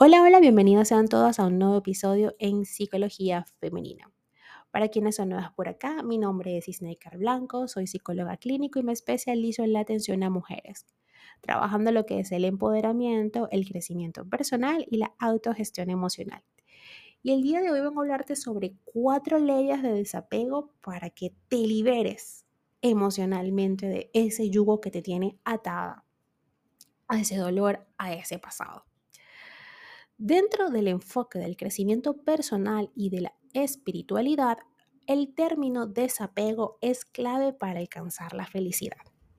Hola, hola, bienvenidos sean todas a un nuevo episodio en Psicología Femenina. Para quienes son nuevas por acá, mi nombre es Isneikar Blanco, soy psicóloga clínico y me especializo en la atención a mujeres, trabajando lo que es el empoderamiento, el crecimiento personal y la autogestión emocional. Y el día de hoy vengo a hablarte sobre 4 leyes de desapego para que te liberes emocionalmente de ese yugo que te tiene atada a ese dolor, a ese pasado. Dentro del enfoque del crecimiento personal y de la espiritualidad, el término desapego es clave para alcanzar la felicidad.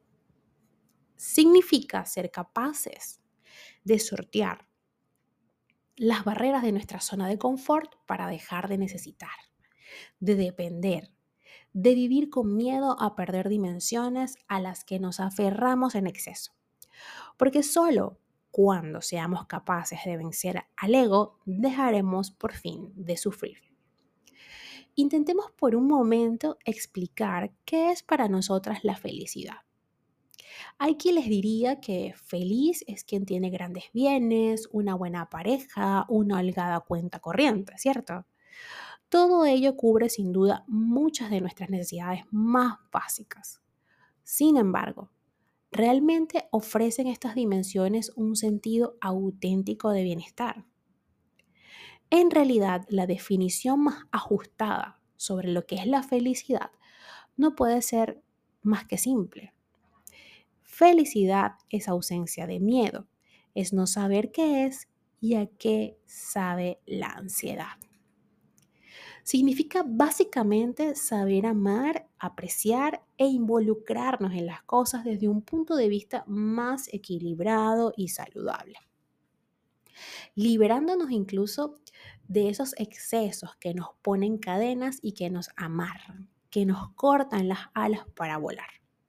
Significa ser capaces de sortear las barreras de nuestra zona de confort para dejar de necesitar, de depender, de vivir con miedo a perder dimensiones a las que nos aferramos en exceso. Porque solo cuando seamos capaces de vencer al ego, dejaremos por fin de sufrir. Intentemos por un momento explicar qué es para nosotras la felicidad. Hay quien les diría que feliz es quien tiene grandes bienes, una buena pareja, una holgada cuenta corriente, ¿cierto? Todo ello cubre sin duda muchas de nuestras necesidades más básicas. Sin embargo, ¿realmente ofrecen estas dimensiones un sentido auténtico de bienestar? En realidad, la definición más ajustada sobre lo que es la felicidad no puede ser más que simple. Felicidad es ausencia de miedo, es no saber qué es y a qué sabe la ansiedad. Significa básicamente saber amar, apreciar e involucrarnos en las cosas desde un punto de vista más equilibrado y saludable, liberándonos incluso de esos excesos que nos ponen cadenas y que nos amarran, que nos cortan las alas para volar.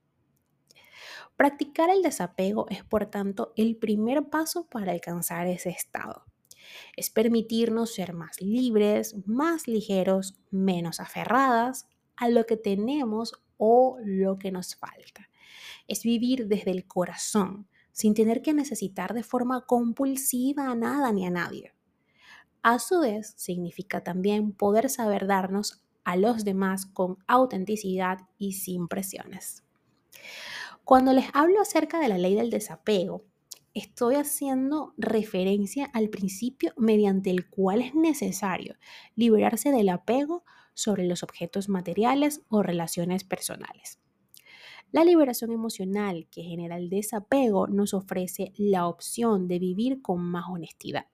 Practicar el desapego es, por tanto, el primer paso para alcanzar ese estado. Es permitirnos ser más libres, más ligeros, menos aferradas a lo que tenemos o lo que nos falta. Es vivir desde el corazón, sin tener que necesitar de forma compulsiva a nada ni a nadie. A su vez, significa también poder saber darnos a los demás con autenticidad y sin presiones. Cuando les hablo acerca de la ley del desapego, estoy haciendo referencia al principio mediante el cual es necesario liberarse del apego sobre los objetos materiales o relaciones personales. La liberación emocional que genera el desapego nos ofrece la opción de vivir con más honestidad.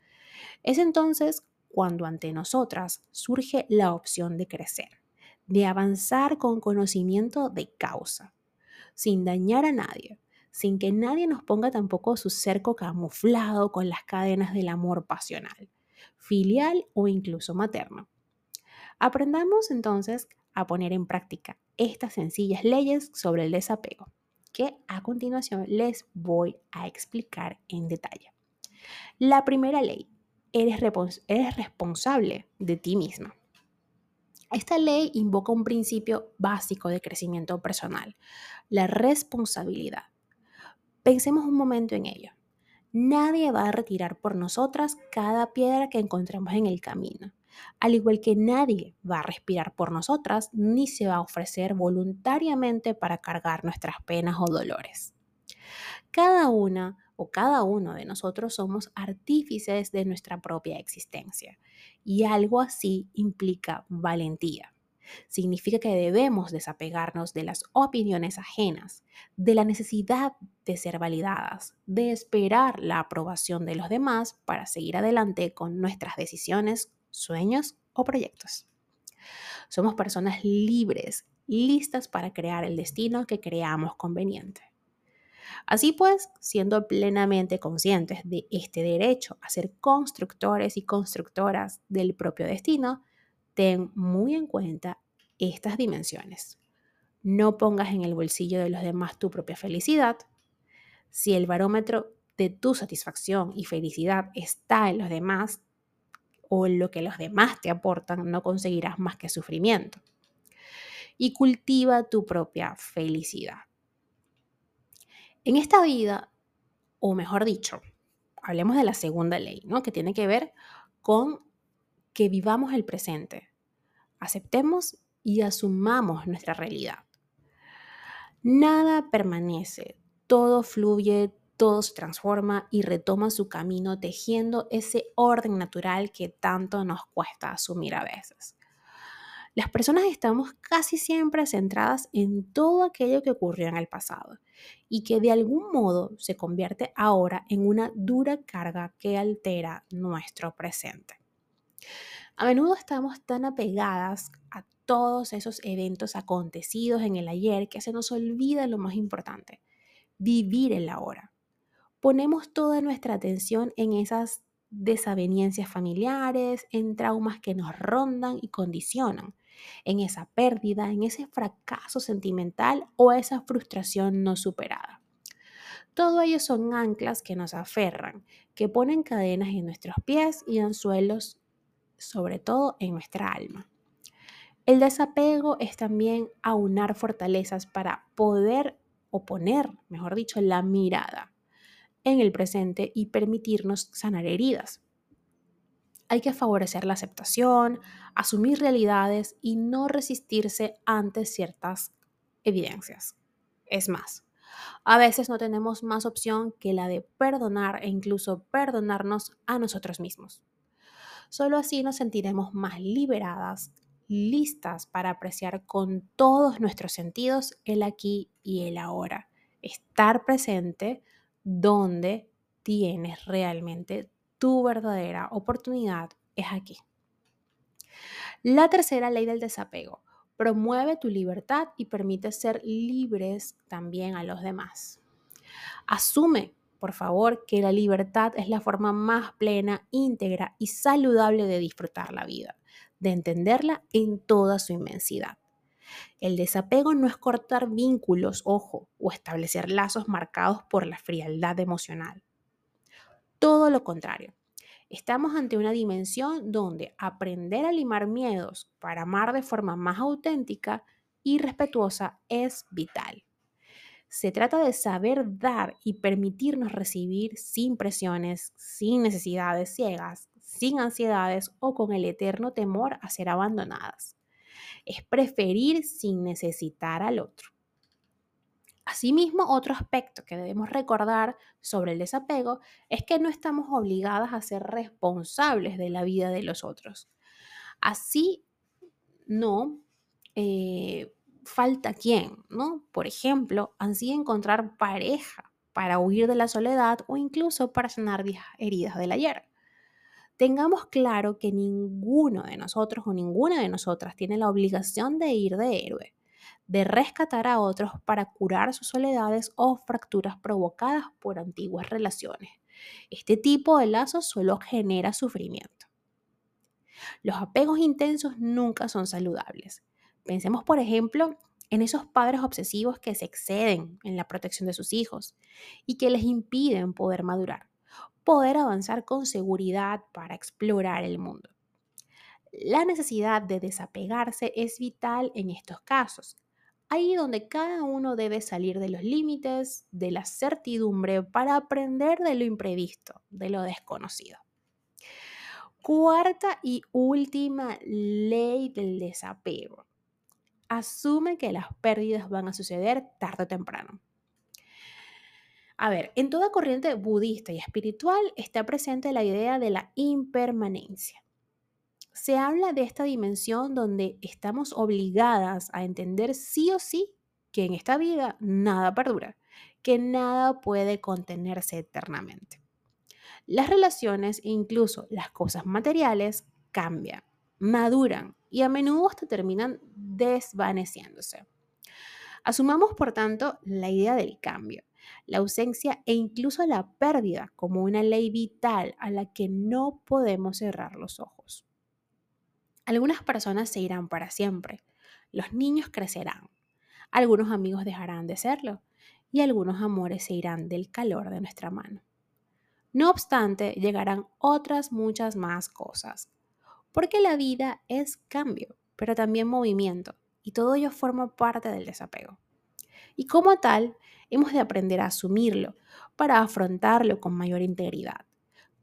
Es entonces cuando ante nosotras surge la opción de crecer, de avanzar con conocimiento de causa sin dañar a nadie, sin que nadie nos ponga tampoco su cerco camuflado con las cadenas del amor pasional, filial o incluso materno. Aprendamos entonces a poner en práctica estas sencillas leyes sobre el desapego, que a continuación les voy a explicar en detalle. La primera ley, eres responsable de ti misma. Esta ley invoca un principio básico de crecimiento personal, la responsabilidad. Pensemos un momento en ello. Nadie va a retirar por nosotras cada piedra que encontremos en el camino, al igual que nadie va a respirar por nosotras ni se va a ofrecer voluntariamente para cargar nuestras penas o dolores. Cada una o cada uno de nosotros somos artífices de nuestra propia existencia y algo así implica valentía. Significa que debemos desapegarnos de las opiniones ajenas, de la necesidad de ser validadas, de esperar la aprobación de los demás para seguir adelante con nuestras decisiones, sueños o proyectos. Somos personas libres, listas para crear el destino que creamos conveniente. Así pues, siendo plenamente conscientes de este derecho a ser constructores y constructoras del propio destino, ten muy en cuenta estas dimensiones. No pongas en el bolsillo de los demás tu propia felicidad. Si el barómetro de tu satisfacción y felicidad está en los demás o en lo que los demás te aportan, no conseguirás más que sufrimiento. Y cultiva tu propia felicidad. En esta vida, o mejor dicho, hablemos de la segunda ley, ¿no? Que tiene que ver con que vivamos el presente, aceptemos y asumamos nuestra realidad. Nada permanece, todo fluye, todo se transforma y retoma su camino tejiendo ese orden natural que tanto nos cuesta asumir a veces. Las personas estamos casi siempre centradas en todo aquello que ocurrió en el pasado y que de algún modo se convierte ahora en una dura carga que altera nuestro presente. A menudo estamos tan apegadas a todos esos eventos acontecidos en el ayer que se nos olvida lo más importante, vivir el ahora. Ponemos toda nuestra atención en esas desavenencias familiares, en traumas que nos rondan y condicionan, en esa pérdida, en ese fracaso sentimental o esa frustración no superada. Todo ello son anclas que nos aferran, que ponen cadenas en nuestros pies y anzuelos, sobre todo en nuestra alma. El desapego es también aunar fortalezas para poder o poner, mejor dicho, la mirada en el presente y permitirnos sanar heridas. Hay que favorecer la aceptación, asumir realidades y no resistirse ante ciertas evidencias. Es más, a veces no tenemos más opción que la de perdonar e incluso perdonarnos a nosotros mismos. Solo así nos sentiremos más liberadas, listas para apreciar con todos nuestros sentidos el aquí y el ahora. Estar presente donde tienes realmente tu verdadera oportunidad es aquí. La tercera ley del desapego. Promueve tu libertad y permite ser libres también a los demás. Asume, por favor, que la libertad es la forma más plena, íntegra y saludable de disfrutar la vida, de entenderla en toda su inmensidad. El desapego no es cortar vínculos, ojo, o establecer lazos marcados por la frialdad emocional. Todo lo contrario. Estamos ante una dimensión donde aprender a limar miedos para amar de forma más auténtica y respetuosa es vital. Se trata de saber dar y permitirnos recibir sin presiones, sin necesidades ciegas, sin ansiedades o con el eterno temor a ser abandonadas. Es preferir sin necesitar al otro. Asimismo, otro aspecto que debemos recordar sobre el desapego es que no estamos obligadas a ser responsables de la vida de los otros. Así no falta quién, ¿no? Por ejemplo, ansí encontrar pareja para huir de la soledad o incluso para sanar heridas del ayer. Tengamos claro que ninguno de nosotros o ninguna de nosotras tiene la obligación de ir de héroe, de rescatar a otros para curar sus soledades o fracturas provocadas por antiguas relaciones. Este tipo de lazos solo genera sufrimiento. Los apegos intensos nunca son saludables. Pensemos, por ejemplo, en esos padres obsesivos que se exceden en la protección de sus hijos y que les impiden poder madurar, poder avanzar con seguridad para explorar el mundo. La necesidad de desapegarse es vital en estos casos, ahí donde cada uno debe salir de los límites, de la certidumbre para aprender de lo imprevisto, de lo desconocido. Cuarta y última ley del desapego. Asume que las pérdidas van a suceder tarde o temprano. A ver, en toda corriente budista y espiritual está presente la idea de la impermanencia. Se habla de esta dimensión donde estamos obligadas a entender sí o sí que en esta vida nada perdura, que nada puede contenerse eternamente. Las relaciones e incluso las cosas materiales cambian, maduran y a menudo hasta terminan desvaneciéndose. Asumamos, por tanto, la idea del cambio, la ausencia e incluso la pérdida como una ley vital a la que no podemos cerrar los ojos. Algunas personas se irán para siempre, los niños crecerán, algunos amigos dejarán de serlo y algunos amores se irán del calor de nuestra mano. No obstante, llegarán otras muchas más cosas, porque la vida es cambio, pero también movimiento, y todo ello forma parte del desapego. Y como tal, hemos de aprender a asumirlo para afrontarlo con mayor integridad,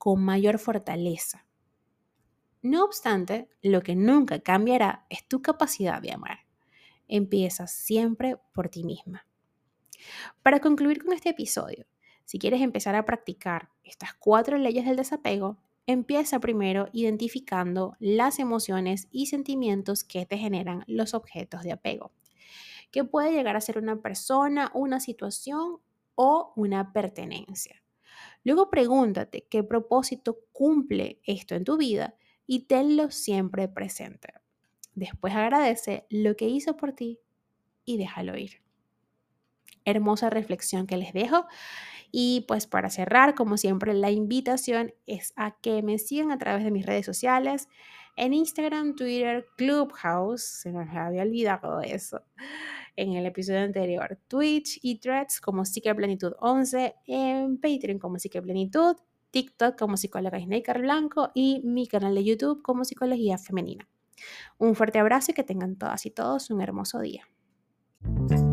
con mayor fortaleza. No obstante, lo que nunca cambiará es tu capacidad de amar. Empieza siempre por ti misma. Para concluir con este episodio, si quieres empezar a practicar estas 4 leyes del desapego, empieza primero identificando las emociones y sentimientos que te generan los objetos de apego, que puede llegar a ser una persona, una situación o una pertenencia. Luego pregúntate qué propósito cumple esto en tu vida y tenlo siempre presente. Después agradece lo que hizo por ti y déjalo ir. Hermosa reflexión que les dejo. Y pues para cerrar, como siempre, la invitación es a que me sigan a través de mis redes sociales, en Instagram, Twitter, Clubhouse, se me había olvidado eso en el episodio anterior, Twitch y Threads como Psiqueplenitud 11, en Patreon como Psiqueplenitud, TikTok como psicóloga Snaker Blanco y mi canal de YouTube como Psicología Femenina. Un fuerte abrazo y que tengan todas y todos un hermoso día.